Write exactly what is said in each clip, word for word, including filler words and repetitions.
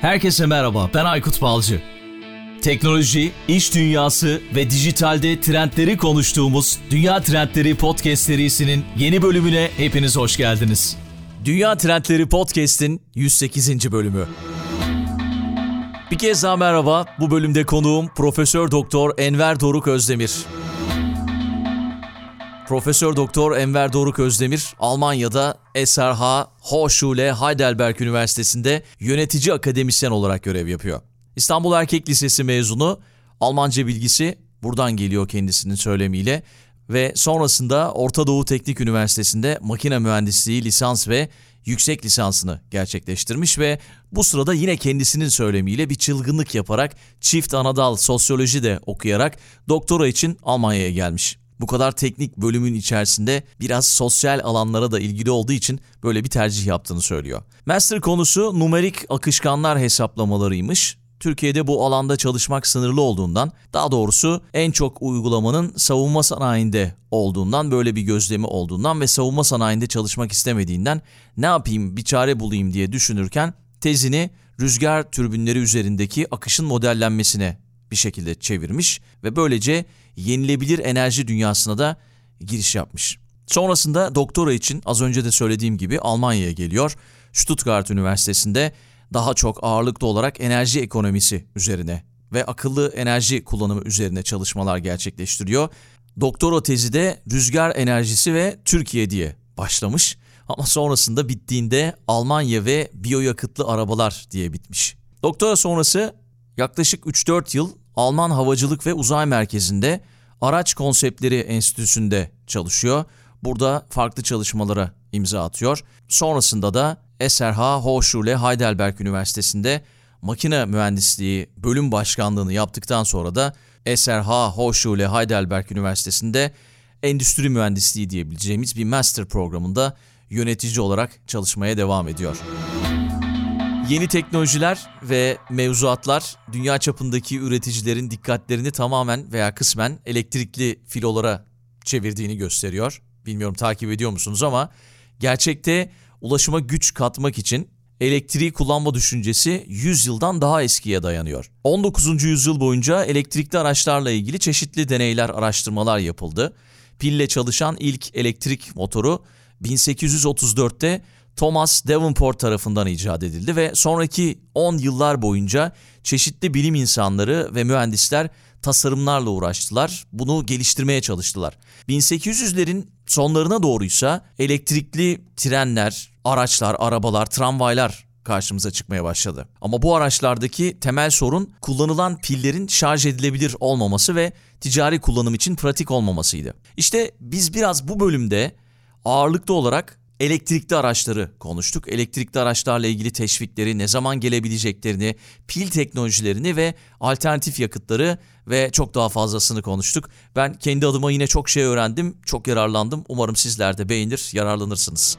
Herkese merhaba, ben Aykut Balcı. Teknoloji, iş dünyası ve dijitalde trendleri konuştuğumuz Dünya Trendleri Podcast serisinin yeni bölümüne hepiniz hoş geldiniz. Dünya Trendleri Podcast'in yüz sekizinci bölümü. Bir kez daha merhaba, bu bölümde konuğum Profesör Doktor Enver Doruk Özdemir. Profesör Doktor Enver Doruk Özdemir, Almanya'da S R H Hochschule Heidelberg Üniversitesi'nde yönetici akademisyen olarak görev yapıyor. İstanbul Erkek Lisesi mezunu, Almanca bilgisi buradan geliyor kendisinin söylemiyle ve sonrasında Orta Doğu Teknik Üniversitesi'nde makine mühendisliği lisans ve yüksek lisansını gerçekleştirmiş ve bu sırada yine kendisinin söylemiyle bir çılgınlık yaparak çift anadal sosyoloji de okuyarak doktora için Almanya'ya gelmiş. Bu kadar teknik bölümün içerisinde biraz sosyal alanlara da ilgili olduğu için böyle bir tercih yaptığını söylüyor. Master konusu numerik akışkanlar hesaplamalarıymış. Türkiye'de bu alanda çalışmak sınırlı olduğundan, daha doğrusu en çok uygulamanın savunma sanayinde olduğundan, böyle bir gözlemi olduğundan ve savunma sanayinde çalışmak istemediğinden ne yapayım bir çare bulayım diye düşünürken tezini rüzgar türbinleri üzerindeki akışın modellenmesine bir şekilde çevirmiş ve böylece yenilebilir enerji dünyasına da giriş yapmış. Sonrasında doktora için az önce de söylediğim gibi Almanya'ya geliyor. Stuttgart Üniversitesi'nde daha çok ağırlıklı olarak enerji ekonomisi üzerine ve akıllı enerji kullanımı üzerine çalışmalar gerçekleştiriyor. Doktora tezi de rüzgar enerjisi ve Türkiye diye başlamış ama sonrasında bittiğinde Almanya ve biyoyakıtlı arabalar diye bitmiş. Doktora sonrası yaklaşık üç dört yıl Alman Havacılık ve Uzay Merkezi'nde Araç Konseptleri Enstitüsü'nde çalışıyor. Burada farklı çalışmalara imza atıyor. Sonrasında da S R H Hochschule Heidelberg Üniversitesi'nde makine mühendisliği bölüm başkanlığını yaptıktan sonra da S R H Hochschule Heidelberg Üniversitesi'nde endüstri mühendisliği diyebileceğimiz bir master programında yönetici olarak çalışmaya devam ediyor. Yeni teknolojiler ve mevzuatlar dünya çapındaki üreticilerin dikkatlerini tamamen veya kısmen elektrikli filolara çevirdiğini gösteriyor. Bilmiyorum takip ediyor musunuz ama gerçekte ulaşıma güç katmak için elektriği kullanma düşüncesi yüz yıldan daha eskiye dayanıyor. on dokuzuncu yüzyıl boyunca elektrikli araçlarla ilgili çeşitli deneyler, araştırmalar yapıldı. Pille çalışan ilk elektrik motoru bin sekiz yüz otuz dörtte Thomas Davenport tarafından icat edildi ve sonraki on yıllar boyunca çeşitli bilim insanları ve mühendisler tasarımlarla uğraştılar. Bunu geliştirmeye çalıştılar. bin sekiz yüzlerin sonlarına doğruysa elektrikli trenler, araçlar, arabalar, tramvaylar karşımıza çıkmaya başladı. Ama bu araçlardaki temel sorun kullanılan pillerin şarj edilebilir olmaması ve ticari kullanım için pratik olmamasıydı. İşte biz biraz bu bölümde ağırlıklı olarak elektrikli araçları konuştuk. Elektrikli araçlarla ilgili teşvikleri, ne zaman gelebileceklerini, pil teknolojilerini ve alternatif yakıtları ve çok daha fazlasını konuştuk. Ben kendi adıma yine çok şey öğrendim, çok yararlandım. Umarım sizler de beğenir, yararlanırsınız.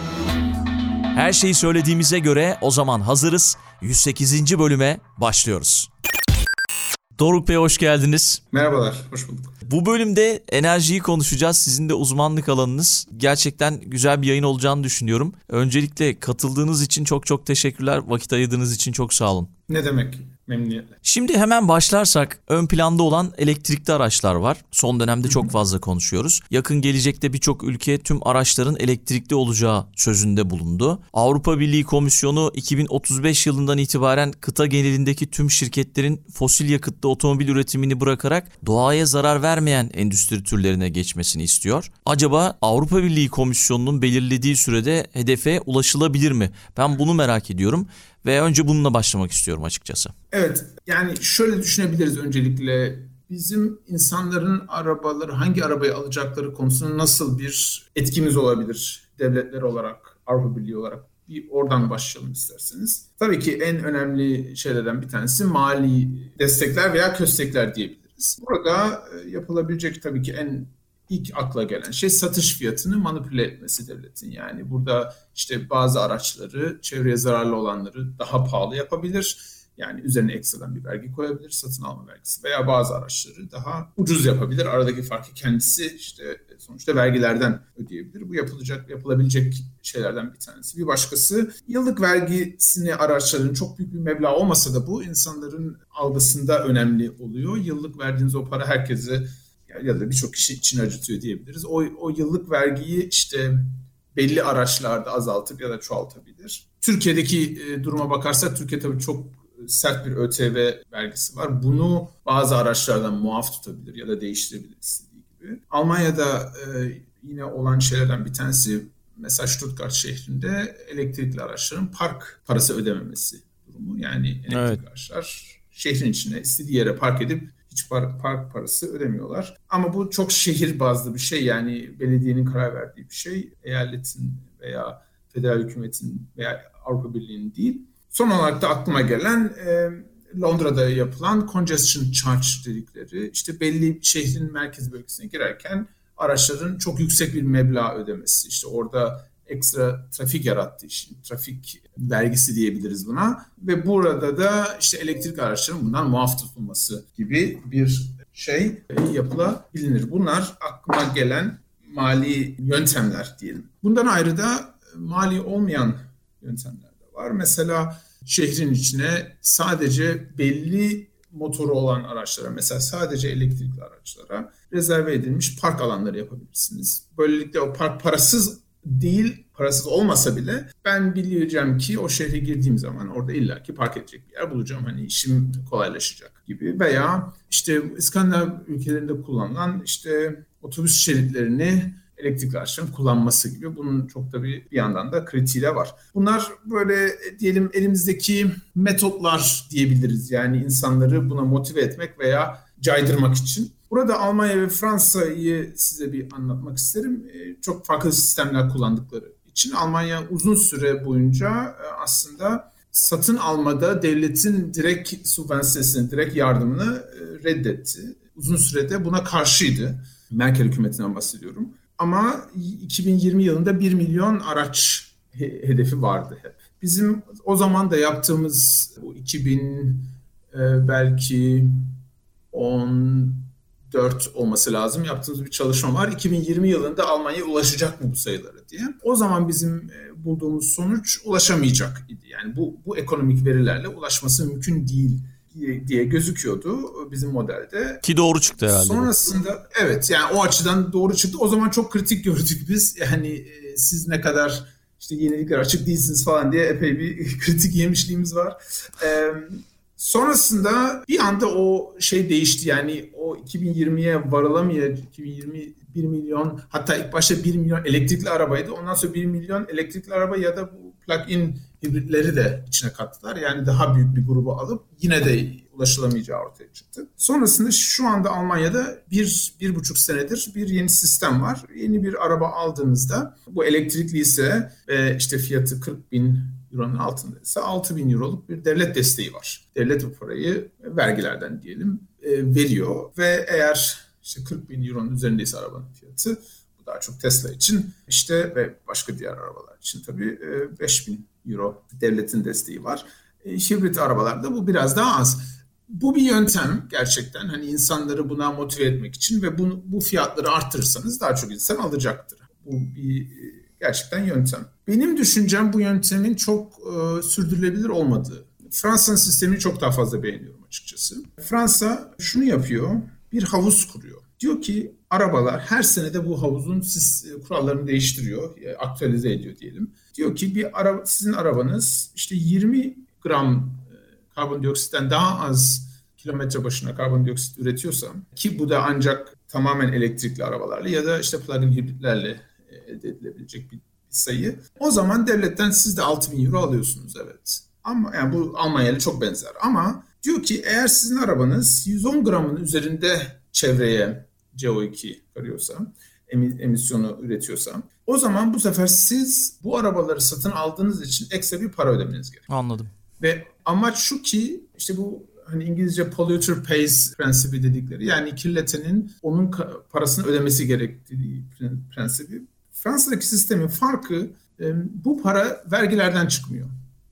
Her şeyi söylediğimize göre o zaman hazırız. yüz sekizinci bölüme başlıyoruz. Doruk Bey hoş geldiniz. Merhabalar, hoş bulduk. Bu bölümde enerjiyi konuşacağız. Sizin de uzmanlık alanınız. Gerçekten güzel bir yayın olacağını düşünüyorum. Öncelikle katıldığınız için çok çok teşekkürler. Vakit ayırdığınız için çok sağ olun. Ne demek? Memnuniyetle. Şimdi hemen başlarsak ön planda olan elektrikli araçlar var. Son dönemde çok fazla konuşuyoruz. Yakın gelecekte birçok ülke tüm araçların elektrikli olacağı sözünde bulundu. Avrupa Birliği Komisyonu iki bin otuz beş yılından itibaren kıta genelindeki tüm şirketlerin fosil yakıtlı otomobil üretimini bırakarak doğaya zarar vermeyen endüstri türlerine geçmesini istiyor. Acaba Avrupa Birliği Komisyonu'nun belirlediği sürede hedefe ulaşılabilir mi? Ben bunu merak ediyorum. Ve önce bununla başlamak istiyorum açıkçası. Evet, yani şöyle düşünebiliriz öncelikle. Bizim insanların arabaları, hangi arabayı alacakları konusunda nasıl bir etkimiz olabilir devletler olarak, Avrupa Birliği olarak? Bir oradan başlayalım isterseniz. Tabii ki en önemli şeylerden bir tanesi mali destekler veya köstekler diyebiliriz. Burada yapılabilecek tabii ki en İlk akla gelen şey satış fiyatını manipüle etmesi devletin. Yani burada işte bazı araçları, çevreye zararlı olanları daha pahalı yapabilir Yani üzerine ekstradan bir vergi koyabilir, satın alma vergisi veya bazı araçları daha ucuz yapabilir. Aradaki farkı kendisi işte sonuçta vergilerden ödeyebilir. Bu yapılacak, yapılabilecek şeylerden bir tanesi. Bir başkası yıllık vergisini araçların çok büyük bir meblağ olmasa da bu insanların algısında önemli oluyor. Yıllık verdiğiniz o para herkese ya da birçok kişi için acıtıyor diyebiliriz. O, o yıllık vergiyi işte belli araçlarda azaltıp ya da çoğaltabilir. Türkiye'deki e, duruma bakarsak Türkiye tabii çok sert bir ÖTV vergisi var. Bunu bazı araçlardan muaf tutabilir ya da değiştirebilir istediği gibi. Almanya'da e, yine olan şeylerden bir tanesi mesela Stuttgart şehrinde elektrikli araçların park parası ödememesi durumu. Yani elektrikli evet. araçlar şehrin içine istediği yere park edip hiç park parası ödemiyorlar. Ama bu çok şehir bazlı bir şey. Yani belediyenin karar verdiği bir şey. Eyaletin veya federal hükümetin veya Avrupa Birliği'nin değil. Son olarak da aklıma gelen e, Londra'da yapılan congestion charge dedikleri, işte belli şehrin merkez bölgesine girerken araçların çok yüksek bir meblağ ödemesi. İşte orada ekstra trafik yarattığı için trafik vergisi diyebiliriz buna. Ve burada da işte elektrik araçlarının bundan muaf tutulması gibi bir şey yapılabilir. Bunlar aklıma gelen mali yöntemler diyelim. Bundan ayrı da mali olmayan yöntemler de var. Mesela şehrin içine sadece belli motoru olan araçlara, mesela sadece elektrikli araçlara rezerve edilmiş park alanları yapabilirsiniz. Böylelikle o park parasız değil, parasız olmasa bile ben bileceğim ki o şehre girdiğim zaman orada illaki park edecek bir yer bulacağım. Hani işim kolaylaşacak gibi. Veya işte İskandinav ülkelerinde kullanılan işte otobüs şeritlerini elektrikli araçların kullanması gibi. Bunun çok tabii bir yandan da kritiği de var. Bunlar böyle diyelim elimizdeki metotlar diyebiliriz. Yani insanları buna motive etmek veya caydırmak için. Burada Almanya ve Fransa'yı size bir anlatmak isterim. Çok farklı sistemler kullandıkları için Almanya uzun süre boyunca aslında satın almada devletin direkt subvansiyasını, direkt yardımını reddetti. Uzun sürede buna karşıydı. Merkel hükümetinden bahsediyorum. Ama iki bin yirmi yılında bir milyon araç hedefi vardı hep. Bizim o zaman da yaptığımız bu iki bin belki on dört olması lazım. Yaptığımız bir çalışma var. iki bin yirmi yılında Almanya ulaşacak mı bu sayılara diye. O zaman bizim bulduğumuz sonuç ulaşamayacak idi. Yani bu, bu ekonomik verilerle ulaşması mümkün değil diye gözüküyordu bizim modelde. Ki doğru çıktı herhalde. Sonrasında evet yani o açıdan doğru çıktı. O zaman çok kritik gördük biz. Yani e, siz ne kadar işte yenilikler açık değilsiniz falan diye epey bir kritik yemişliğimiz var. E, sonrasında bir anda o şey değişti. Yani o iki bin yirmiye varılamayacak iki bin yirmi bir milyon, hatta ilk başta bir milyon elektrikli arabaydı. Ondan sonra bir milyon elektrikli araba ya da bu plug-in hibritleri de içine kattılar. Yani daha büyük bir grubu alıp yine de ulaşılamayacağı ortaya çıktı. Sonrasında şu anda Almanya'da bir, bir buçuk senedir bir yeni sistem var. Yeni bir araba aldığınızda bu elektrikli ise ve işte fiyatı kırk bin euronun altındaysa altı bin euroluk bir devlet desteği var. Devlet bu parayı vergilerden diyelim veriyor ve eğer işte kırk bin euronun üzerindeyse arabanın fiyatı, bu daha çok Tesla için işte ve başka diğer arabalar için tabii beş bin euro devletin desteği var. Hibrit arabalarda bu biraz daha az. Bu bir yöntem gerçekten, hani insanları buna motive etmek için ve bu, bu fiyatları arttırırsanız daha çok insan alacaktır. Bu bir gerçekten yöntem. Benim düşüncem bu yöntemin çok e, sürdürülebilir olmadığı. Fransa'nın sistemini çok daha fazla beğeniyorum açıkçası. Fransa şunu yapıyor, bir havuz kuruyor. Diyor ki arabalar her senede bu havuzun kurallarını değiştiriyor, aktualize ediyor diyelim. Diyor ki bir ara, sizin arabanız işte yirmi gram karbondioksitten daha az kilometre başına karbondioksit üretiyorsa, ki bu da ancak tamamen elektrikli arabalarla ya da işte plug-in hibritlerle elde edilebilecek bir, bir sayı. O zaman devletten siz de altı bin euro alıyorsunuz, evet. Ama yani bu Almanya'yla çok benzer. Ama diyor ki eğer sizin arabanız yüz on gramın üzerinde çevreye C O iki çıkarıyorsa, emisyonu üretiyorsa, o zaman bu sefer siz bu arabaları satın aldığınız için ekstra bir para ödemeniz gerekiyor. Anladım. Ve amaç şu ki işte bu hani İngilizce polluter pays prensibi dedikleri, yani kirletenin onun parasını ödemesi gerektiği prensibi. Fransa'daki sistemin farkı, bu para vergilerden çıkmıyor.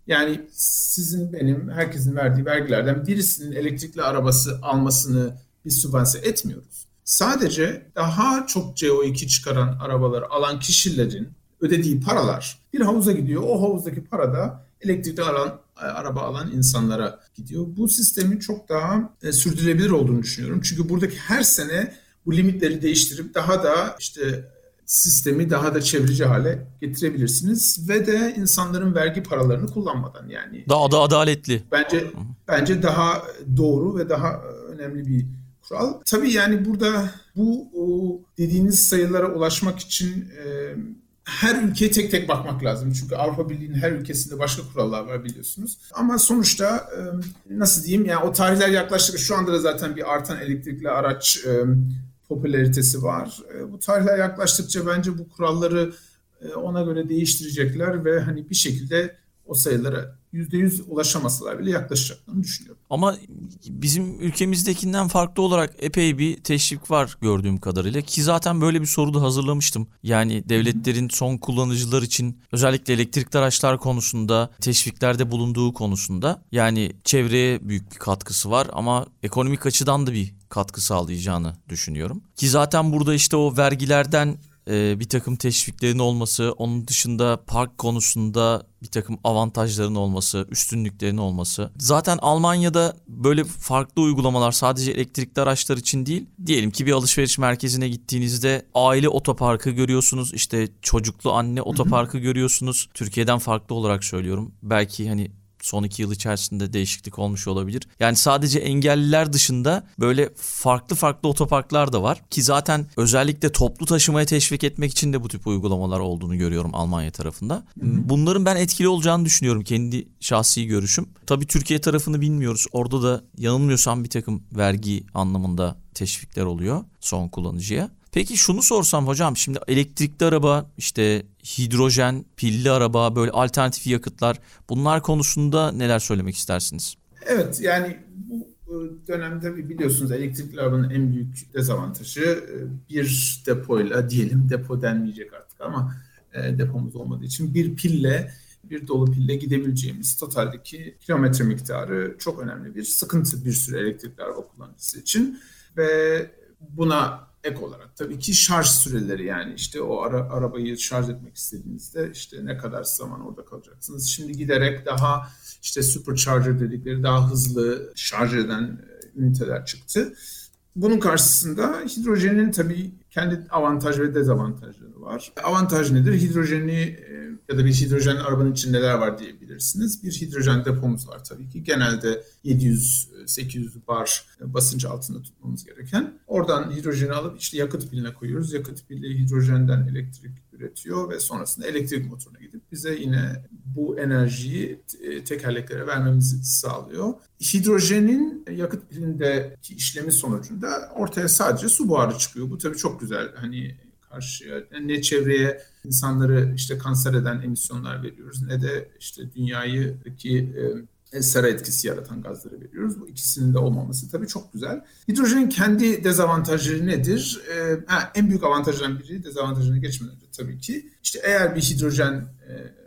Yani sizin, benim, herkesin verdiği vergilerden birisinin elektrikli arabası almasını biz sübvanse etmiyoruz. Sadece daha çok C O iki çıkaran arabaları alan kişilerin ödediği paralar bir havuza gidiyor. O havuzdaki para da elektrikli alan, araba alan insanlara gidiyor. Bu sistemin çok daha e, sürdürülebilir olduğunu düşünüyorum. Çünkü buradaki her sene bu limitleri değiştirip daha da işte sistemi daha da çevreci hale getirebilirsiniz ve de insanların vergi paralarını kullanmadan, yani Daha da adaletli. bence bence daha doğru ve daha önemli bir kural. Tabii yani burada bu o dediğiniz sayılara ulaşmak için e, her ülkeye tek tek bakmak lazım. Çünkü Avrupa Birliği'nin her ülkesinde başka kurallar var biliyorsunuz. Ama sonuçta e, nasıl diyeyim, yani o tarihler yaklaştıkça şu anda da zaten bir artan elektrikli araç e, popülaritesi var. E, bu tarihler yaklaştıkça bence bu kuralları e, ona göre değiştirecekler ve hani bir şekilde o sayılara yüzde yüz ulaşamasalar bile yaklaşacaklarını düşünüyorum. Ama bizim ülkemizdekinden farklı olarak epey bir teşvik var gördüğüm kadarıyla, ki zaten böyle bir soru da hazırlamıştım. Yani devletlerin son kullanıcılar için özellikle elektrikli araçlar konusunda teşviklerde bulunduğu konusunda, yani çevreye büyük bir katkısı var ama ekonomik açıdan da bir katkı sağlayacağını düşünüyorum. Ki zaten burada işte o vergilerden bir takım teşviklerin olması, onun dışında park konusunda bir takım avantajların olması, üstünlüklerin olması. Zaten Almanya'da böyle farklı uygulamalar sadece elektrikli araçlar için değil. Diyelim ki bir alışveriş merkezine gittiğinizde aile otoparkı görüyorsunuz, işte çocuklu anne otoparkı görüyorsunuz. Türkiye'den farklı olarak söylüyorum. Belki hani son iki yıl içerisinde değişiklik olmuş olabilir. Yani sadece engelliler dışında böyle farklı farklı otoparklar da var. Ki zaten özellikle toplu taşımaya teşvik etmek için de bu tip uygulamalar olduğunu görüyorum Almanya tarafında. Bunların ben etkili olacağını düşünüyorum, kendi şahsi görüşüm. Tabii Türkiye tarafını bilmiyoruz. Orada da yanılmıyorsam bir takım vergi anlamında teşvikler oluyor son kullanıcıya. Peki şunu sorsam hocam, şimdi elektrikli araba, işte hidrojen, pilli araba, böyle alternatif yakıtlar, bunlar konusunda neler söylemek istersiniz? Evet, yani bu dönemde biliyorsunuz elektrikli arabanın en büyük dezavantajı bir depoyla, diyelim depo denmeyecek artık ama depomuz olmadığı için bir pille, bir dolu pille gidebileceğimiz totaldeki kilometre miktarı çok önemli bir sıkıntı bir sürü elektrikli araba kullanıcısı için ve buna ek olarak tabii ki şarj süreleri, yani işte o ara, arabayı şarj etmek istediğinizde işte ne kadar zaman orada kalacaksınız. Şimdi giderek daha işte supercharger dedikleri daha hızlı şarj eden üniteler çıktı. Bunun karşısında hidrojenin tabii kendi avantaj ve dezavantajları var. Avantaj nedir? Hidrojeni ya da bir hidrojen arabanın içinde neler var diyebilirsiniz. Bir hidrojen depomuz var tabii ki. Genelde yedi yüz sekiz yüz bar basıncı altında tutmamız gereken. Oradan hidrojeni alıp işte yakıt piline koyuyoruz. Yakıt pili hidrojenden elektrik üretiyor ve sonrasında elektrik motoruna gidip bize yine bu enerjiyi tekerleklere vermemizi sağlıyor. Hidrojenin yakıt pilindeki işlemi sonucunda ortaya sadece su buharı çıkıyor. Bu tabii çok güzel. Hani karşıya ne çevreye insanları işte kanser eden emisyonlar veriyoruz, ne de işte dünyadaki e, sera etkisi yaratan gazları veriyoruz. Bu ikisinin de olmaması tabii çok güzel. Hidrojenin kendi dezavantajları nedir? E, ha, en büyük avantajlardan biri, dezavantajına geçmeden önce tabii ki işte eğer bir hidrojen e,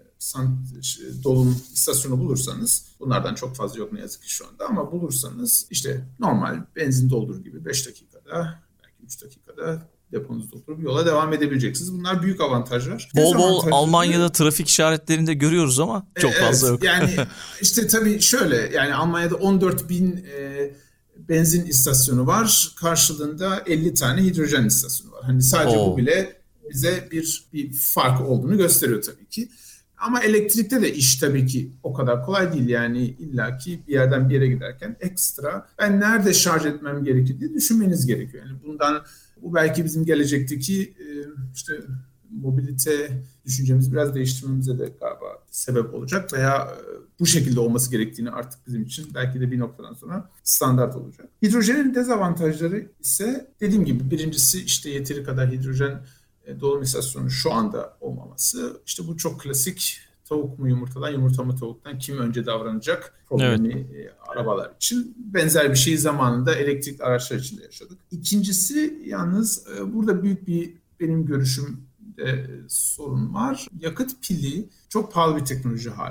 dolum istasyonu bulursanız, bunlardan çok fazla yok ne yazık ki şu anda, ama bulursanız işte normal benzin doldurur gibi beş dakikada, belki üç dakikada deponuzu doldurup yola devam edebileceksiniz. Bunlar büyük avantajlar. Bol bol Almanya'da trafik işaretlerinde görüyoruz ama çok evet, fazla yok. Yani işte tabii şöyle, yani Almanya'da on dört bin e, benzin istasyonu var. Karşılığında elli tane hidrojen istasyonu var. Hani sadece Oo. bu bile bize bir, bir fark olduğunu gösteriyor tabii ki. Ama elektrikte de iş tabii ki o kadar kolay değil. Yani illaki bir yerden bir yere giderken ekstra ben nerede şarj etmem gerekir diye düşünmeniz gerekiyor. Yani bundan bu belki bizim gelecekteki işte mobilite düşüncemizi biraz değiştirmemize de galiba sebep olacak veya bu şekilde olması gerektiğini artık bizim için belki de bir noktadan sonra standart olacak. Hidrojenin dezavantajları ise dediğim gibi birincisi işte yeteri kadar hidrojen dolum istasyonu şu anda olmaması. İşte bu çok klasik tavuk mu yumurtadan, yumurta mı tavuktan kim önce davranacak problemi evet. e, arabalar için. Benzer bir şeyi zamanında elektrikli araçlar için de yaşadık. İkincisi yalnız e, burada büyük bir benim görüşümde e, sorun var. Yakıt pili çok pahalı bir teknoloji hala.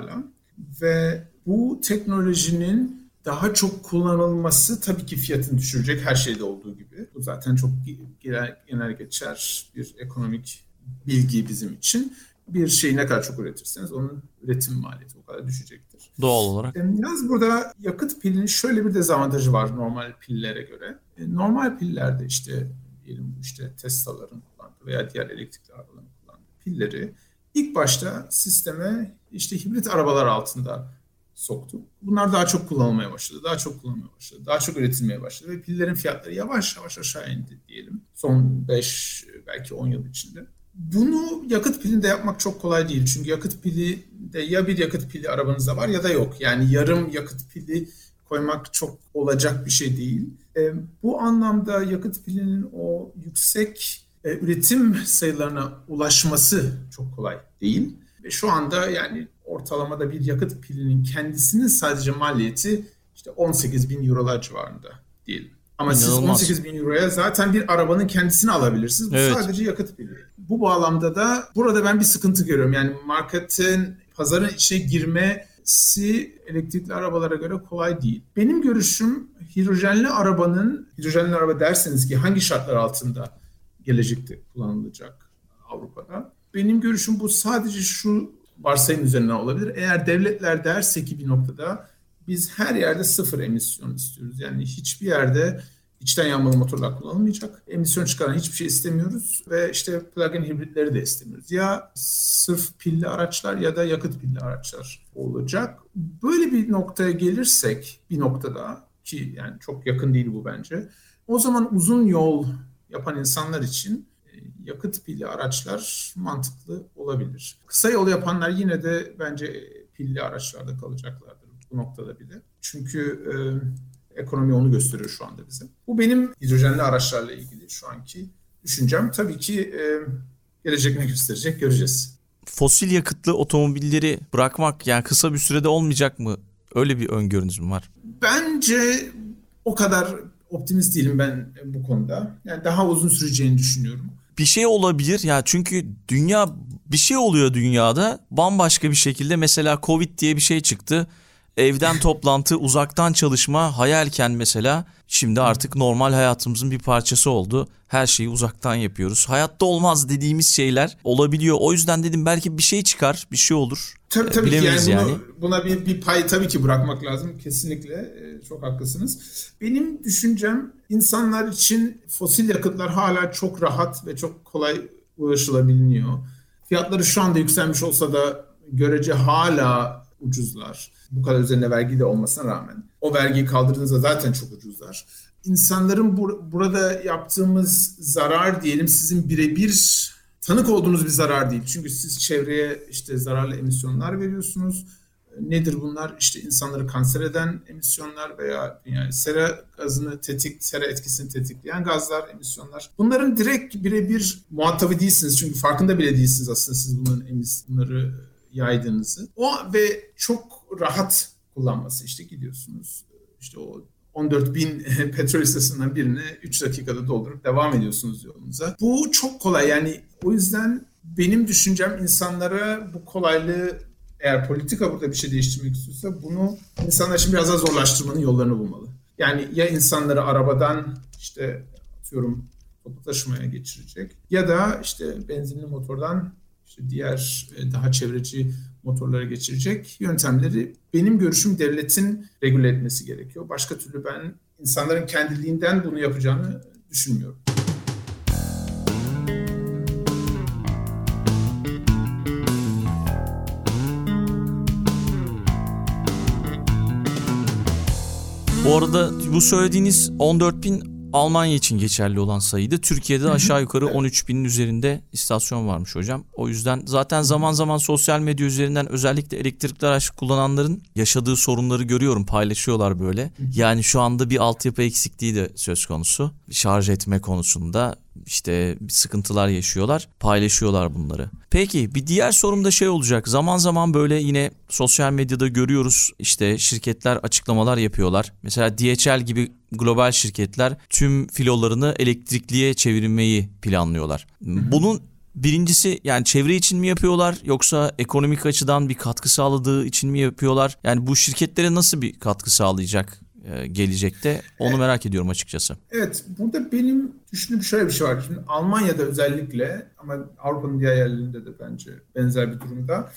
Ve bu teknolojinin daha çok kullanılması tabii ki fiyatını düşürecek, her şeyde olduğu gibi. Bu zaten çok genel geçer bir ekonomik bilgi bizim için. Bir şeyi ne kadar çok üretirseniz onun üretim maliyeti o kadar düşecektir. Doğal olarak. Yalnız burada yakıt pilinin şöyle bir dezavantajı var normal pillere göre. Normal pillerde işte diyelim işte Tesla'ların kullandığı veya diğer elektrikli arabaların kullandığı pilleri ilk başta sisteme işte hibrit arabalar altında soktuk. Bunlar daha çok kullanılmaya başladı, daha çok kullanılmaya başladı, daha çok üretilmeye başladı ve pillerin fiyatları yavaş yavaş aşağı indi diyelim. Son beş belki on yıl içinde. Bunu yakıt pilinde yapmak çok kolay değil. Çünkü yakıt pili de ya bir yakıt pili arabanızda var ya da yok. Yani yarım yakıt pili koymak çok olacak bir şey değil. E, bu anlamda yakıt pilinin o yüksek e, üretim sayılarına ulaşması çok kolay değil. Ve şu anda yani ortalamada bir yakıt pilinin kendisinin sadece maliyeti işte on sekiz bin eurolar civarında diyelim. Ama İnanılmaz. Siz on sekiz bin euroya zaten bir arabanın kendisini alabilirsiniz. Bu evet. Sadece yakıt pili. Bu bağlamda da burada ben bir sıkıntı görüyorum. Yani marketin, pazarın içine girmesi elektrikli arabalara göre kolay değil. Benim görüşüm hidrojenli arabanın, hidrojenli araba derseniz ki hangi şartlar altında gelecekte kullanılacak Avrupa'da? Benim görüşüm bu sadece şu varsayım üzerinden olabilir. Eğer devletler derse ki bir noktada biz her yerde sıfır emisyon istiyoruz. Yani hiçbir yerde içten yanmalı motorlar kullanılmayacak. Emisyon çıkaran hiçbir şey istemiyoruz ve işte plug-in hibritleri de istemiyoruz. Ya sırf pilli araçlar ya da yakıt pilli araçlar olacak. Böyle bir noktaya gelirsek bir noktada ki yani çok yakın değil bu bence. O zaman uzun yol yapan insanlar için yakıt pilli araçlar mantıklı olabilir. Kısa yol yapanlar yine de bence pilli araçlarda kalacaklardır bu noktada bile. Çünkü e, ekonomi onu gösteriyor şu anda bize. Bu benim hidrojenli araçlarla ilgili şu anki düşüncem. Tabii ki e, gelecek ne gösterecek göreceğiz. Fosil yakıtlı otomobilleri bırakmak yani kısa bir sürede olmayacak mı? Öyle bir öngörünüz mü var? Bence o kadar optimist değilim ben bu konuda. Yani daha uzun süreceğini düşünüyorum. Bir şey olabilir ya çünkü dünya bir şey oluyor dünyada bambaşka bir şekilde mesela Covid diye bir şey çıktı. Evden toplantı, uzaktan çalışma hayalken mesela şimdi artık normal hayatımızın bir parçası oldu. Her şeyi uzaktan yapıyoruz. Hayatta olmaz dediğimiz şeyler olabiliyor. O yüzden dedim belki bir şey çıkar, bir şey olur. Tabii tabii ki yani, yani. Bunu, buna bir, bir pay tabii ki bırakmak lazım. Kesinlikle çok haklısınız. Benim düşüncem insanlar için fosil yakıtlar hala çok rahat ve çok kolay ulaşılabiliyor. Fiyatları şu anda yükselmiş olsa da görece hala ucuzlar. Bu kadar üzerine vergi de olmasına rağmen. O vergiyi kaldırdığınızda zaten çok ucuzlar. İnsanların bur- burada yaptığımız zarar diyelim sizin birebir tanık olduğunuz bir zarar değil. Çünkü siz çevreye işte zararlı emisyonlar veriyorsunuz. Nedir bunlar? İşte insanları kanser eden emisyonlar veya yani sera gazını tetik, sera etkisini tetikleyen gazlar, emisyonlar. Bunların direkt birebir muhatabı değilsiniz. Çünkü farkında bile değilsiniz aslında siz bunların emis- bunları yaydığınızı. O ve çok rahat kullanması işte gidiyorsunuz. İşte o on dört bin petrol istasyonundan birini üç dakikada doldurup devam ediyorsunuz yolunuza. Bu çok kolay yani o yüzden benim düşüncem insanlara bu kolaylığı eğer politika burada bir şey değiştirmek istiyorsa bunu insanlar için biraz daha zorlaştırmanın yollarını bulmalı. Yani ya insanları arabadan işte atıyorum toplu taşımaya geçirecek ya da işte benzinli motordan işte diğer daha çevreci motorlara geçirecek yöntemleri benim görüşüm devletin regüle etmesi gerekiyor. Başka türlü ben insanların kendiliğinden bunu yapacağını düşünmüyorum. Bu arada bu söylediğiniz on dört bin Almanya için geçerli olan sayıydı. Türkiye'de aşağı yukarı on üç binin üzerinde istasyon varmış hocam. O yüzden zaten zaman zaman sosyal medya üzerinden özellikle elektrikli araç kullananların yaşadığı sorunları görüyorum. Paylaşıyorlar böyle. Yani şu anda bir altyapı eksikliği de söz konusu. Şarj etme konusunda işte sıkıntılar yaşıyorlar. Paylaşıyorlar bunları. Peki bir diğer sorum da şey olacak. Zaman zaman böyle yine sosyal medyada görüyoruz. İşte şirketler açıklamalar yapıyorlar. Mesela D H L gibi global şirketler tüm filolarını elektrikliye çevirmeyi planlıyorlar. Bunun Birincisi yani çevre için mi yapıyorlar yoksa ekonomik açıdan bir katkı sağladığı için mi yapıyorlar? Yani bu şirketlere nasıl bir katkı sağlayacak e, gelecekte? Onu Evet. merak ediyorum açıkçası. Evet, burada benim düşündüğüm şöyle bir şey var. Şimdi Almanya'da özellikle ama Avrupa'nın diğer yerlerinde de bence benzer bir durumda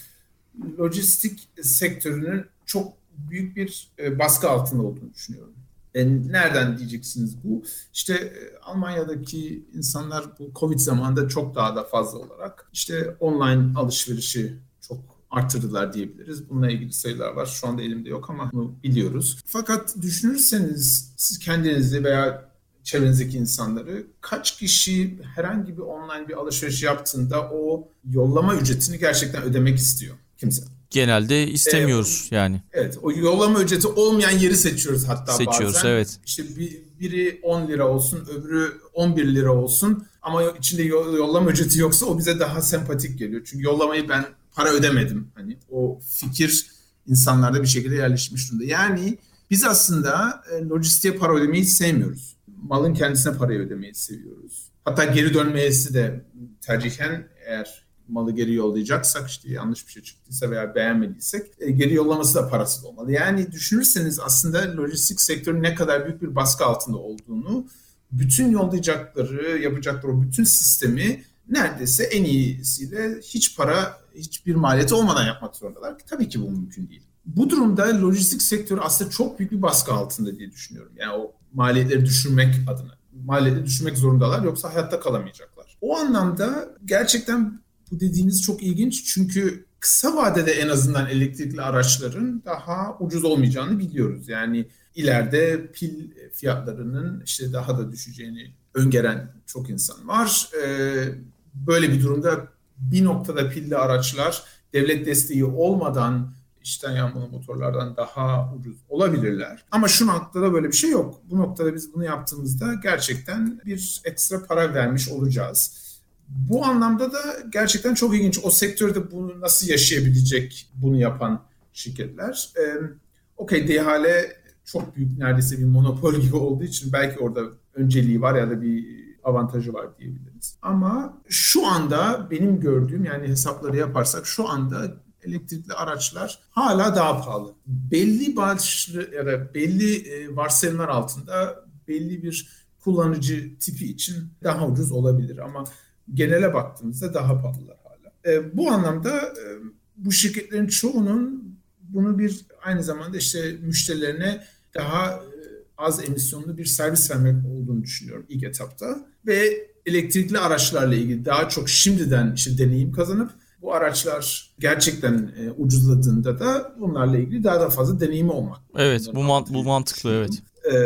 lojistik sektörünün çok büyük bir e, baskı altında olduğunu düşünüyorum. E, nereden diyeceksiniz bu? İşte e, Almanya'daki insanlar bu Covid zamanında çok daha da fazla olarak işte online alışverişi çok artırdılar diyebiliriz. Bununla ilgili sayılar var. Şu anda elimde yok ama bunu biliyoruz. Fakat düşünürseniz siz kendinizi veya çevrenizdeki insanları kaç kişi herhangi bir online bir alışveriş yaptığında o yollama ücretini gerçekten ödemek istiyor? Kimse. Genelde istemiyoruz ee, yani. Evet, o yollama ücreti olmayan yeri seçiyoruz hatta seçiyoruz, bazen. Evet. İşte bir, biri on lira olsun, öbürü on bir lira olsun ama içinde yollama ücreti yoksa o bize daha sempatik geliyor. Çünkü yollamayı ben para ödemedim. Hani o fikir insanlarda bir şekilde yerleşmiş durumda. Yani biz aslında e, lojistiğe para ödemeyi hiç sevmiyoruz. Malın kendisine parayı ödemeyi seviyoruz. Hatta geri dönmesi de tercihen eğer malı geri yollayacaksak işte yanlış bir şey çıktıysa veya beğenmediysek e, geri yollaması da parasız olmalı. Yani düşünürseniz aslında lojistik sektörün ne kadar büyük bir baskı altında olduğunu, bütün yollayacakları, yapacakları o bütün sistemi neredeyse en iyisiyle hiç para, hiçbir maliyeti olmadan yapmak zorundalar. Tabii ki bu mümkün değil. Bu durumda lojistik sektörü aslında çok büyük bir baskı altında diye düşünüyorum. Yani o maliyetleri düşürmek adına. Maliyetleri düşürmek zorundalar yoksa hayatta kalamayacaklar. O anlamda gerçekten bu dediğiniz çok ilginç çünkü kısa vadede en azından elektrikli araçların daha ucuz olmayacağını biliyoruz. Yani ileride pil fiyatlarının işte daha da düşeceğini öngören çok insan var. Ee, böyle bir durumda bir noktada pilli araçlar devlet desteği olmadan içten yanmalı motorlardan daha ucuz olabilirler. Ama şu noktada böyle bir şey yok. Bu noktada biz bunu yaptığımızda gerçekten bir ekstra para vermiş olacağız. Bu anlamda da gerçekten çok ilginç. O sektörde bunu nasıl yaşayabilecek bunu yapan şirketler. Ee, Okey, D H L çok büyük neredeyse bir monopol gibi olduğu için belki orada önceliği var ya da bir avantajı var diyebiliriz. Ama şu anda benim gördüğüm yani hesapları yaparsak şu anda elektrikli araçlar hala daha pahalı. Belli başlı ya da belli varsayımlar altında belli bir kullanıcı tipi için daha ucuz olabilir ama genele baktığımızda daha pahalılar hala. E, bu anlamda e, bu şirketlerin çoğunun bunu bir aynı zamanda işte müşterilerine daha e, az emisyonlu bir servis vermek olduğunu düşünüyorum ilk etapta. Ve elektrikli araçlarla ilgili daha çok şimdiden işte deneyim kazanıp bu araçlar gerçekten e, ucuzladığında da bunlarla ilgili daha da fazla deneyimi olmak. Evet, bu, man- bu mantıklı evet. E,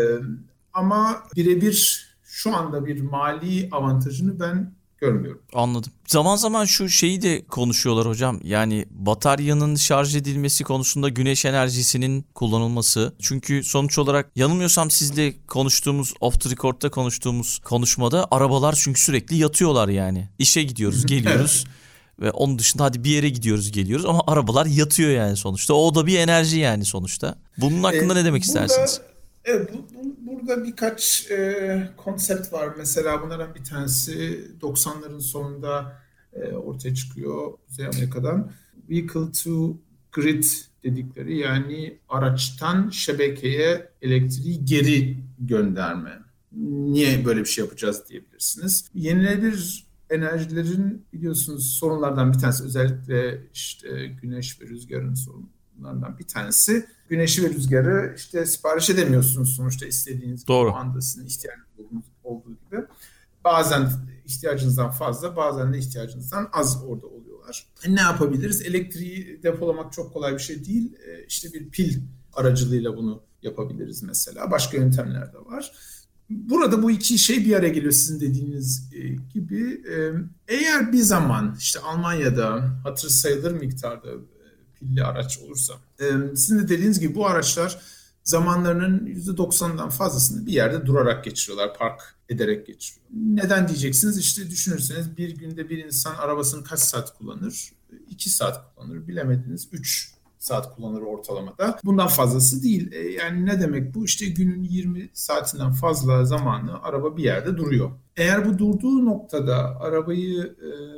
ama birebir şu anda bir mali avantajını ben görmüyorum. Anladım. Zaman zaman şu şeyi de konuşuyorlar hocam. Yani bataryanın şarj edilmesi konusunda güneş enerjisinin kullanılması. Çünkü sonuç olarak yanılmıyorsam sizle konuştuğumuz, off the record'da konuştuğumuz konuşmada arabalar çünkü sürekli yatıyorlar yani. İşe gidiyoruz, geliyoruz. Ve onun dışında hadi bir yere gidiyoruz, geliyoruz ama arabalar yatıyor yani sonuçta. O da bir enerji yani sonuçta. Bunun hakkında ee, ne demek burada, istersiniz? Evet, bu, bu, burada birkaç e, konsept var. Mesela bunlardan bir tanesi doksanların sonunda e, ortaya çıkıyor Kuzey Amerika'dan. Vehicle to Grid dedikleri, yani araçtan şebekeye elektriği geri gönderme. Niye böyle bir şey yapacağız diyebilirsiniz. Yenilenebilir enerjilerin biliyorsunuz sorunlardan bir tanesi, özellikle işte güneş ve rüzgarın sorunlarından bir tanesi. Güneşi ve rüzgarı işte sipariş edemiyorsunuz sonuçta istediğiniz gibi. O anda sizin ihtiyacınız olduğu gibi. Bazen ihtiyacınızdan fazla, bazen de ihtiyacınızdan az orada oluyorlar. Ne yapabiliriz? Elektriği depolamak çok kolay bir şey değil. İşte bir pil aracılığıyla bunu yapabiliriz mesela. Başka yöntemler de var. Burada bu iki şey bir araya geliyor sizin dediğiniz gibi. Eğer bir zaman işte Almanya'da hatırı sayılır miktarda pilli araç olursa, sizin de dediğiniz gibi bu araçlar zamanlarının yüzde doksanından fazlasını bir yerde durarak geçiriyorlar, park ederek geçiriyor. Neden diyeceksiniz? İşte düşünürseniz bir günde bir insan arabasını kaç saat kullanır? iki saat kullanır, bilemediniz üç saat kullanır ortalamada. Bundan fazlası değil. E, yani ne demek bu? İşte günün yirmi saatinden fazla zamanı araba bir yerde duruyor. Eğer bu durduğu noktada arabayı e,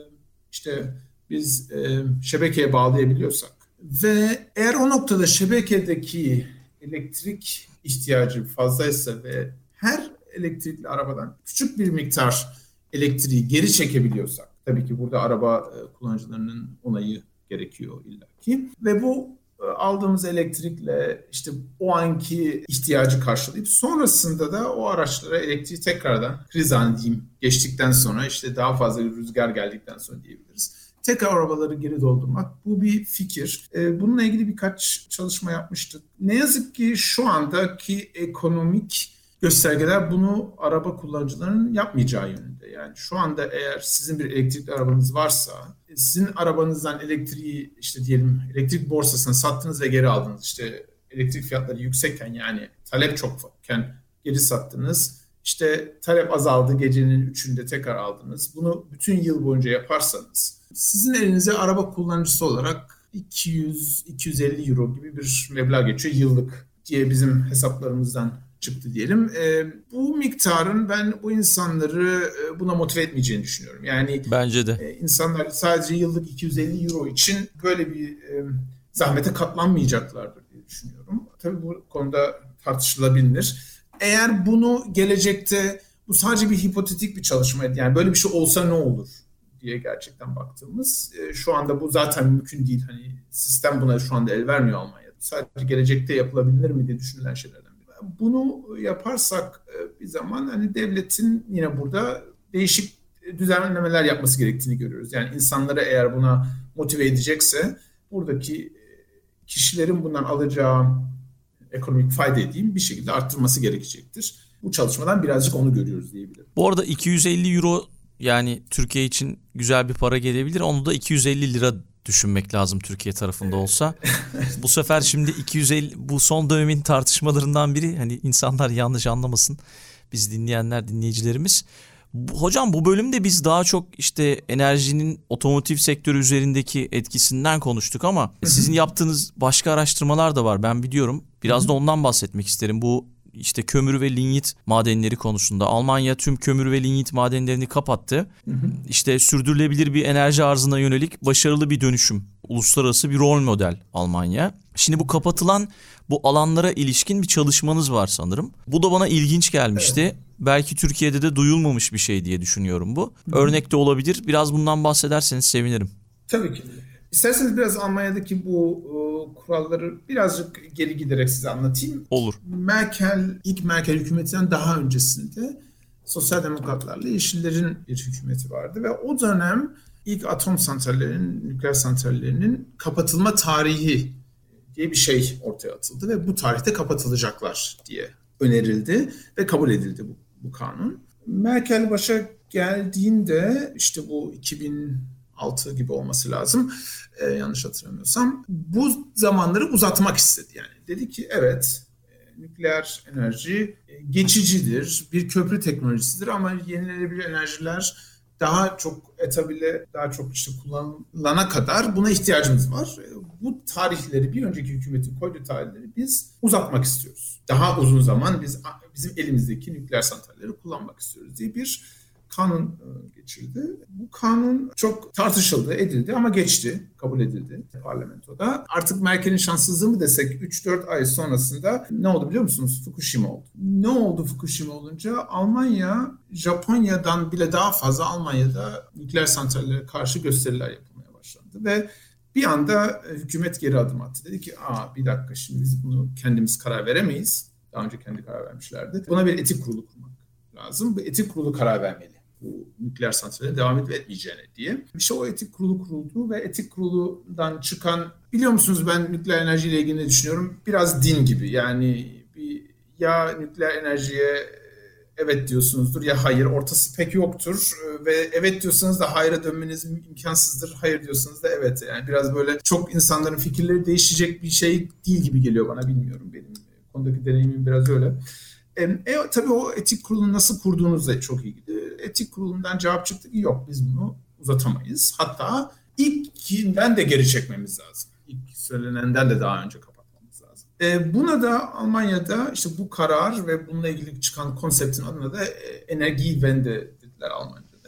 işte biz e, şebekeye bağlayabiliyorsak ve eğer o noktada şebekedeki elektrik ihtiyacı fazlaysa ve her elektrikli arabadan küçük bir miktar elektriği geri çekebiliyorsak, tabii ki burada araba kullanıcılarının onayı gerekiyor illaki ve bu aldığımız elektrikle işte o anki ihtiyacı karşılayıp sonrasında da o araçlara elektriği tekrardan kriz anı diyeyim geçtikten sonra işte daha fazla rüzgar geldikten sonra diyebiliriz. Tekrar arabaları geri doldurmak. Bu bir fikir. Bununla ilgili birkaç çalışma yapmıştık. Ne yazık ki şu andaki ekonomik göstergeler bunu araba kullanıcılarının yapmayacağı yönünde. Yani şu anda eğer sizin bir elektrikli arabanız varsa, sizin arabanızdan elektriği işte diyelim elektrik borsasına sattınız ve geri aldınız. İşte elektrik fiyatları yüksekken yani talep çokken geri sattınız. İşte talep azaldı, gecenin üçünde tekrar aldınız. Bunu bütün yıl boyunca yaparsanız sizin elinize araba kullanıcısı olarak iki yüz iki yüz elli euro gibi bir meblağ geçiyor yıllık diye bizim hesaplarımızdan çıktı diyelim. E, bu miktarın ben bu insanları e, buna motive etmeyeceğini düşünüyorum. Yani bence de. E, insanlar sadece yıllık iki yüz elli euro için böyle bir e, zahmete katlanmayacaklardır diye düşünüyorum. Tabii bu konuda tartışılabilir. Eğer bunu gelecekte bu sadece bir hipotetik bir çalışmaydı. Yani böyle bir şey olsa ne olur diye gerçekten baktığımız. E, şu anda bu zaten mümkün değil. Hani sistem buna şu anda el vermiyor Almanya'da. Sadece gelecekte yapılabilir mi diye düşünülen şeylerden. Bunu yaparsak bir zaman hani devletin yine burada değişik düzenlemeler yapması gerektiğini görüyoruz. Yani insanları eğer buna motive edecekse buradaki kişilerin bundan alacağı ekonomik fayda edeyim bir şekilde arttırması gerekecektir. Bu çalışmadan birazcık onu görüyoruz diyebilirim. Bu arada iki yüz elli euro yani Türkiye için güzel bir para gelebilir. Onu da iki yüz elli lira düşünmek lazım Türkiye tarafında olsa. Bu sefer şimdi iki yüz elli bu son dönemin tartışmalarından biri, hani insanlar yanlış anlamasın, biz dinleyenler, dinleyicilerimiz. Bu, hocam bu bölümde biz daha çok işte enerjinin otomotiv sektörü üzerindeki etkisinden konuştuk ama sizin yaptığınız başka araştırmalar da var, ben biliyorum. Biraz da ondan bahsetmek isterim. Bu işte kömür ve lignit madenleri konusunda Almanya tüm kömür ve lignit madenlerini kapattı. Hı hı. İşte sürdürülebilir bir enerji arzına yönelik başarılı bir dönüşüm. Uluslararası bir rol model Almanya. Şimdi bu kapatılan bu alanlara ilişkin bir çalışmanız var sanırım. Bu da bana ilginç gelmişti. Evet. Belki Türkiye'de de duyulmamış bir şey diye düşünüyorum bu. Hı hı. Örnek de olabilir. Biraz bundan bahsederseniz sevinirim. Tabii ki. İsterseniz biraz Almanya'daki bu e, kuralları birazcık geri giderek size anlatayım. Olur. Merkel, ilk Merkel hükümetinden daha öncesinde Sosyal Demokratlarla Yeşillerin bir hükümeti vardı ve o dönem ilk atom santrallerinin, nükleer santrallerinin kapatılma tarihi diye bir şey ortaya atıldı ve bu tarihte kapatılacaklar diye önerildi ve kabul edildi bu, bu kanun. Merkel başa geldiğinde işte bu iki bin altı gibi olması lazım. Ee, yanlış hatırlamıyorsam. Bu zamanları uzatmak istedi yani. Dedi ki evet e, nükleer enerji e, geçicidir, bir köprü teknolojisidir ama yenilenebilir enerjiler daha çok etabile, daha çok işte kullanılana kadar buna ihtiyacımız var. E, bu tarihleri, bir önceki hükümetin koyduğu tarihleri biz uzatmak istiyoruz. Daha uzun zaman biz bizim elimizdeki nükleer santralleri kullanmak istiyoruz diye bir kanun geçirdi. Bu kanun çok tartışıldı, edildi ama geçti, kabul edildi parlamentoda. Artık Merkel'in şanssızlığı mı desek üç dört ay sonrasında ne oldu biliyor musunuz? Fukushima oldu. Ne oldu Fukushima olunca? Almanya, Japonya'dan bile daha fazla Almanya'da nükleer santrallere karşı gösteriler yapılmaya başlandı ve bir anda hükümet geri adım attı. Dedi ki, aa bir dakika şimdi biz bunu kendimiz karar veremeyiz. Daha önce kendi karar vermişlerdi. Buna bir etik kurulu kurmak lazım. Bu etik kurulu karar vermeli. Bu nükleer santrale devam edip etmeyeceğine diye. İşte o etik kurulu kuruldu ve etik kurulundan çıkan, biliyor musunuz ben nükleer enerjiyle ilgili ne düşünüyorum? Biraz din gibi yani bir, ya nükleer enerjiye evet diyorsunuzdur ya hayır, ortası pek yoktur ve evet diyorsanız da hayra dönmeniz imkansızdır, hayır diyorsanız da evet. Yani biraz böyle çok insanların fikirleri değişecek bir şey değil gibi geliyor bana, bilmiyorum, benim konudaki deneyimim biraz öyle. E, e, tabii o etik kurulunu nasıl kurduğunuzla çok ilgili. Etik kurulundan cevap çıktı ki yok biz bunu uzatamayız. Hatta ilkinden de geri çekmemiz lazım. İlk söylenenden de daha önce kapatmamız lazım. E, buna da Almanya'da işte bu karar ve bununla ilgili çıkan konseptin adına da e, Energiewende dediler Almanya'da.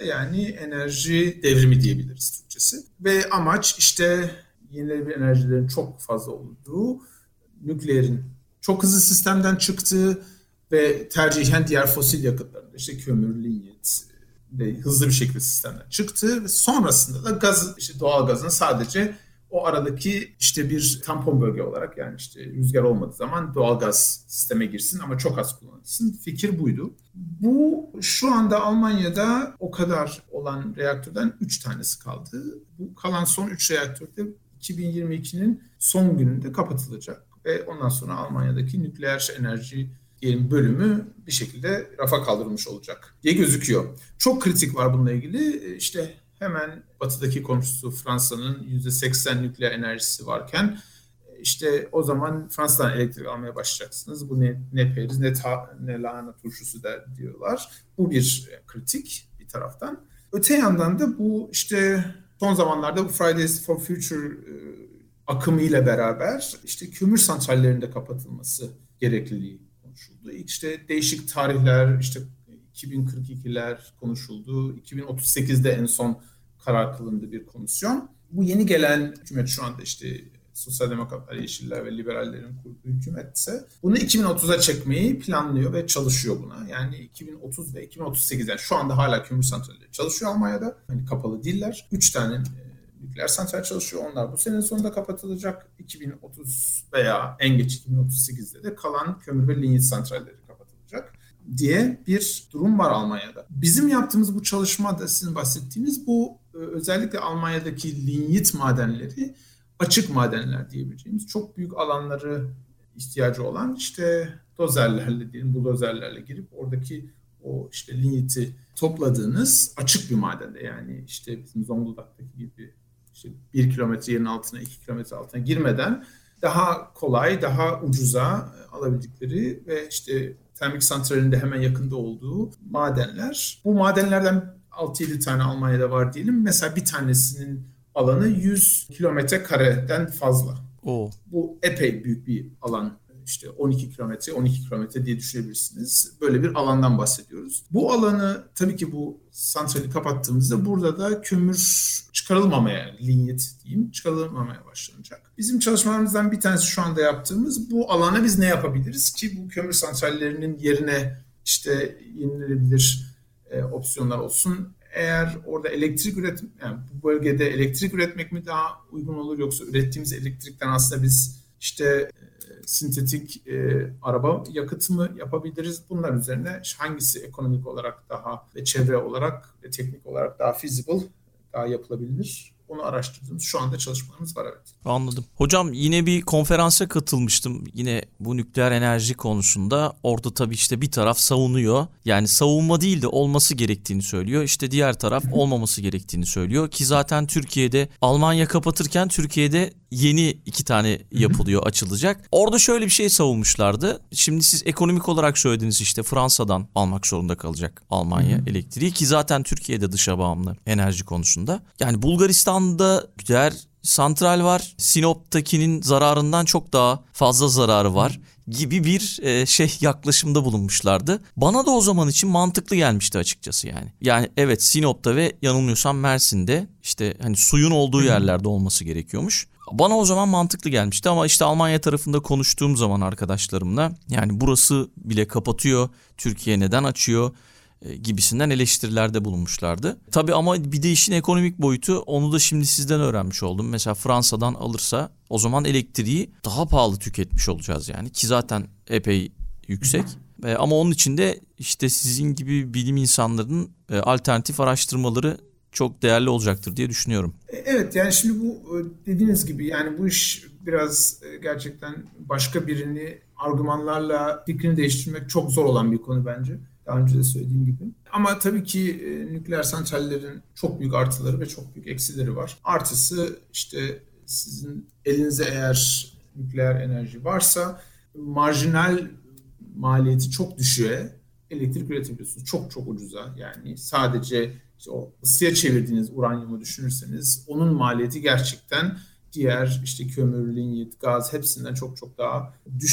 aslında. Yani enerji devrimi diyebiliriz Türkçesi. Ve amaç işte yenilenebilir enerjilerin çok fazla olduğu, nükleerin çok hızlı sistemden çıktığı ve tercihen diğer fosil yakıtların, işte kömür, linyit de hızlı bir şekilde sistemden çıktı ve sonrasında da gaz, işte doğal gazın sadece o aradaki işte bir tampon bölge olarak, yani işte rüzgar olmadığı zaman doğal gaz sisteme girsin ama çok az kullanılsın. Fikir buydu. Bu şu anda Almanya'da o kadar olan reaktörden üç tanesi kaldı. Bu kalan son üç reaktör de iki bin yirmi ikinin son gününde kapatılacak ve ondan sonra Almanya'daki nükleer enerji diyelim bölümü bir şekilde rafa kaldırılmış olacak diye gözüküyor. Çok kritik var bununla ilgili. İşte hemen batıdaki komşusu Fransa'nın yüzde seksen nükleer enerjisi varken işte o zaman Fransa'dan elektrik almaya başlayacaksınız. Bu ne, ne periz ne, ta, ne lahana turşusu der diyorlar. Bu bir kritik bir taraftan. Öte yandan da bu işte son zamanlarda bu Fridays for Future e, akımıyla beraber işte kömür santrallerinde kapatılması gerekliliği konuşuldu. İlk işte değişik tarihler, işte iki bin kırk ikiler konuşuldu. iki bin otuz sekizde en son karar kılındı bir komisyon. Bu yeni gelen hükümet şu anda işte Sosyal Demokratlar, Yeşiller ve Liberallerin kurduğu hükümetse bunu iki bin otuza çekmeyi planlıyor ve çalışıyor buna. Yani iki bin otuz ve iki bin otuz sekizden yani şu anda hala kömür santralleri çalışıyor Almanya'da. Hani kapalı değiller. Üç tane e, nükleer santral çalışıyor. Onlar bu senenin sonunda kapatılacak. iki bin otuz veya en geç iki bin otuz sekizde de kalan kömür ve linyit santralleri kapatılacak diye bir durum var Almanya'da. Bizim yaptığımız bu çalışmada sizin bahsettiğiniz bu özellikle Almanya'daki linyit madenleri açık madenler diyebileceğimiz çok büyük alanları ihtiyacı olan işte dozerlerle diyelim buldozerlerle girip oradaki o işte linyiti topladığınız açık bir madende, yani işte bizim Zonguldak'taki gibi işte bir kilometre yerin altına iki kilometre altına girmeden daha kolay, daha ucuza alabildikleri ve işte termik santralin de hemen yakında olduğu madenler. Bu madenlerden altı yedi tane Almanya'da var diyelim. Mesela bir tanesinin alanı yüz kilometre kareden fazla. Oo. Bu epey büyük bir alan. İşte on iki kilometre, on iki kilometre diye düşünebilirsiniz. Böyle bir alandan bahsediyoruz. Bu alanı tabii ki bu santrali kapattığımızda burada da kömür çıkarılmamaya, linyit diyeyim, çıkarılmamaya başlanacak. Bizim çalışmalarımızdan bir tanesi şu anda yaptığımız bu alana biz ne yapabiliriz ki bu kömür santrallerinin yerine işte yenilenebilir e, opsiyonlar olsun. Eğer orada elektrik üretim, yani bu bölgede elektrik üretmek mi daha uygun olur yoksa ürettiğimiz elektrikten aslında biz işte e, sintetik e, araba yakıtı mı yapabiliriz? Bunlar üzerine hangisi ekonomik olarak daha ve çevre olarak ve teknik olarak daha feasible, daha yapılabilir? Onu araştırdığımız şu anda çalışmalarımız var, evet. Anladım. Hocam yine bir konferansa katılmıştım. Yine bu nükleer enerji konusunda. Orada tabii işte bir taraf savunuyor. Yani savunma değil de olması gerektiğini söylüyor. İşte diğer taraf olmaması gerektiğini söylüyor. Ki zaten Türkiye'de Almanya kapatırken Türkiye'de yeni iki tane yapılıyor, açılacak. Orada şöyle bir şey savunmuşlardı. Şimdi siz ekonomik olarak söylediniz, işte Fransa'dan almak zorunda kalacak Almanya Hı-hı. elektriği ki zaten Türkiye'de dışa bağımlı enerji konusunda. Yani Bulgaristan'da nükleer santral var. Sinop'takinin zararından çok daha fazla zararı var gibi bir e, şey yaklaşımda bulunmuşlardı. Bana da o zaman için mantıklı gelmişti açıkçası yani. Yani evet, Sinop'ta ve yanılmıyorsam Mersin'de işte hani suyun olduğu yerlerde olması gerekiyormuş. Bana o zaman mantıklı gelmişti ama işte Almanya tarafında konuştuğum zaman arkadaşlarımla yani burası bile kapatıyor, Türkiye neden açıyor gibisinden eleştirilerde bulunmuşlardı. Tabii ama bir de işin ekonomik boyutu, onu da şimdi sizden öğrenmiş oldum. Mesela Fransa'dan alırsa o zaman elektriği daha pahalı tüketmiş olacağız yani ki zaten epey yüksek. E, ama onun için de işte sizin gibi bilim insanlarının e, alternatif araştırmaları çok değerli olacaktır diye düşünüyorum. Evet, yani şimdi bu dediğiniz gibi yani bu iş biraz gerçekten başka birini argümanlarla fikrini değiştirmek çok zor olan bir konu bence. Daha önce de söylediğim gibi. Ama tabii ki nükleer santrallerin çok büyük artıları ve çok büyük eksileri var. Artısı işte sizin elinizde eğer nükleer enerji varsa marjinal maliyeti çok düşüğe elektrik üretebiliyorsunuz. Çok çok ucuza, yani sadece işte o ısıya çevirdiğiniz uranyumu düşünürseniz onun maliyeti gerçekten diğer işte kömür, linyit, gaz hepsinden çok çok daha düşük.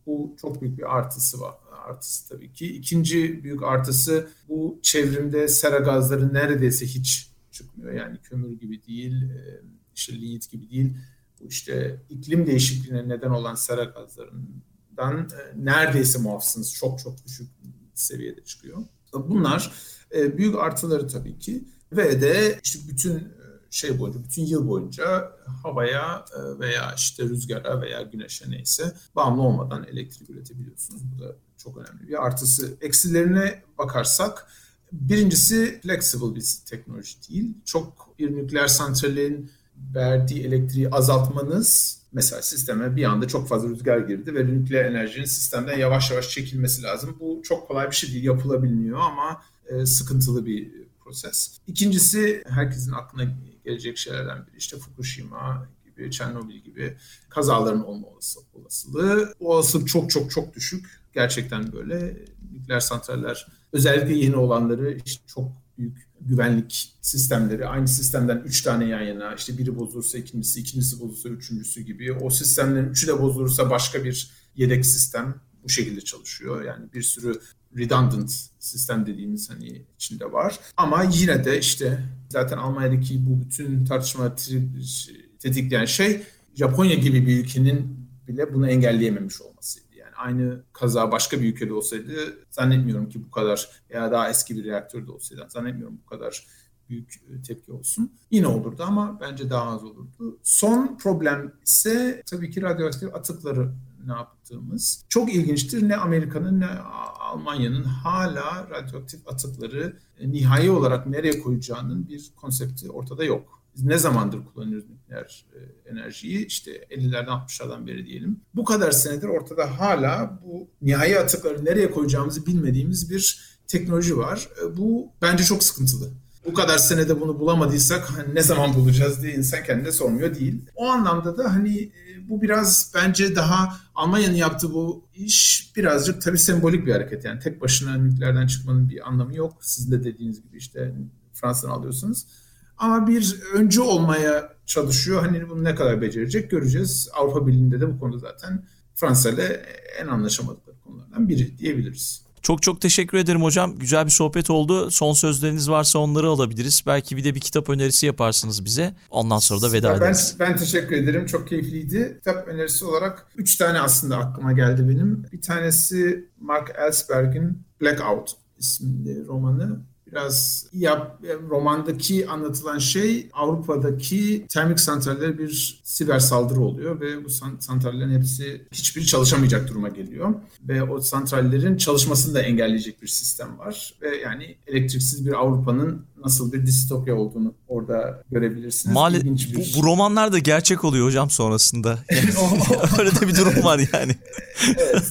Bu çok büyük bir artısı var. Artısı tabii ki. İkinci büyük artısı bu çevrimde sera gazları neredeyse hiç çıkmıyor. Yani kömür gibi değil, işte lignit gibi değil. Bu işte iklim değişikliğine neden olan sera gazlarından neredeyse muafsınız. Çok çok düşük seviyede çıkıyor. Bunlar büyük artıları tabii ki. Ve de işte bütün şey boyunca, bütün yıl boyunca havaya veya işte rüzgara veya güneşe neyse bağımlı olmadan elektrik üretebiliyorsunuz. Bu da çok önemli bir artısı. Eksilerine bakarsak, birincisi flexible bir teknoloji değil. Çok bir nükleer santralin verdiği elektriği azaltmanız, mesela sisteme bir anda çok fazla rüzgar girdi ve nükleer enerjinin sistemden yavaş yavaş çekilmesi lazım. Bu çok kolay bir şey değil, yapılabiliyor ama e, sıkıntılı bir proses. İkincisi, herkesin aklına gelecek şeylerden biri işte Fukushima gibi, Çernobil gibi kazaların olma olasılığı. O olasılık çok çok çok düşük. Gerçekten böyle nükleer santraller, özellikle yeni olanları işte çok büyük güvenlik sistemleri, aynı sistemden üç tane yan yana, işte biri bozulursa ikincisi, ikincisi bozulursa üçüncüsü gibi, o sistemlerin üçü de bozulursa başka bir yedek sistem bu şekilde çalışıyor. Yani bir sürü redundant sistem dediğimiz hani içinde var. Ama yine de işte zaten Almanya'daki bu bütün tartışma tetikleyen şey Japonya gibi bir ülkenin bile bunu engelleyememiş olmasıydı. Yani aynı kaza başka bir ülkede olsaydı zannetmiyorum ki bu kadar, veya daha eski bir reaktörde olsaydı zannetmiyorum bu kadar büyük tepki olsun. Yine olurdu ama bence daha az olurdu. Son problem ise tabii ki radyoaktif atıkları ne yaptığımız. Çok ilginçtir. Ne Amerika'nın ne Almanya'nın hala radyoaktif atıkları nihai olarak nereye koyacağının bir konsepti ortada yok. Biz ne zamandır kullanıyoruz nükleer enerjiyi? İşte ellilerden altmışlardan beri diyelim. Bu kadar senedir ortada hala bu nihai atıkları nereye koyacağımızı bilmediğimiz bir teknoloji var. Bu bence çok sıkıntılı. Bu kadar senede bunu bulamadıysak hani ne zaman bulacağız diye insan kendine sormuyor değil. O anlamda da hani bu biraz bence daha Almanya'nın yaptığı bu iş birazcık tabii sembolik bir hareket. Yani tek başına nükleerden çıkmanın bir anlamı yok. Sizin de dediğiniz gibi işte Fransa'dan alıyorsunuz. Ama bir öncü olmaya çalışıyor. Hani bunu ne kadar becerecek göreceğiz. Avrupa Birliği'nde de bu konuda zaten Fransa ile en anlaşamadıkları konulardan biri diyebiliriz. Çok çok teşekkür ederim hocam. Güzel bir sohbet oldu. Son sözleriniz varsa onları alabiliriz. Belki bir de bir kitap önerisi yaparsınız bize. Ondan sonra da veda ben, ederiz. Ben teşekkür ederim. Çok keyifliydi. Kitap önerisi olarak üç tane aslında aklıma geldi benim. Bir tanesi Mark Ellsberg'in Blackout isimli romanı. Biraz yap, romandaki anlatılan şey Avrupa'daki termik santrallere bir siber saldırı oluyor ve bu santrallerin hepsi hiçbiri çalışamayacak duruma geliyor. Ve o santrallerin çalışmasını da engelleyecek bir sistem var. Ve yani elektriksiz bir Avrupa'nın nasıl bir distopya olduğunu orada görebilirsiniz. Maalesef bir... bu, bu romanlar da gerçek oluyor hocam sonrasında. Yani, öyle de bir durum var yani. Evet.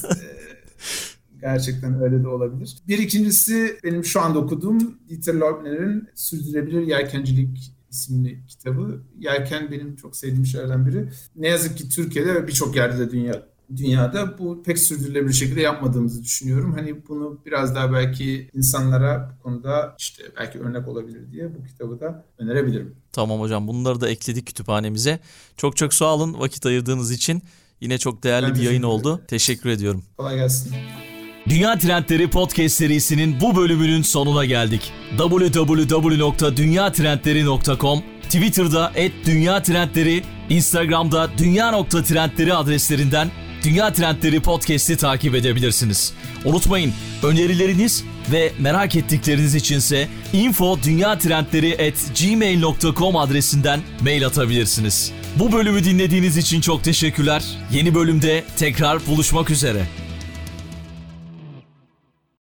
Gerçekten öyle de olabilir. Bir ikincisi benim şu anda okuduğum Dieter Leubner'in Sürdürülebilir Yelkencilik isimli kitabı. Yelken benim çok sevdiğim şeylerden biri. Ne yazık ki Türkiye'de ve birçok yerde de dünya, dünyada bu pek sürdürülebilir şekilde yapmadığımızı düşünüyorum. Hani bunu biraz daha belki insanlara bu konuda işte belki örnek olabilir diye bu kitabı da önerebilirim. Tamam hocam, bunları da ekledik kütüphanemize. Çok çok sağ olun vakit ayırdığınız için. Yine çok değerli ben bir yayın oldu. Teşekkür ediyorum. Kolay gelsin. Dünya Trendleri Podcast serisinin bu bölümünün sonuna geldik. double-u double-u double-u nokta dünya trendleri nokta com, Twitter'da et dünya trendleri, Instagram'da dünya nokta trendleri adreslerinden Dünya Trendleri Podcast'i takip edebilirsiniz. Unutmayın, önerileriniz ve merak ettikleriniz içinse info dünya trendleri at gmail nokta com adresinden mail atabilirsiniz. Bu bölümü dinlediğiniz için çok teşekkürler. Yeni bölümde tekrar buluşmak üzere.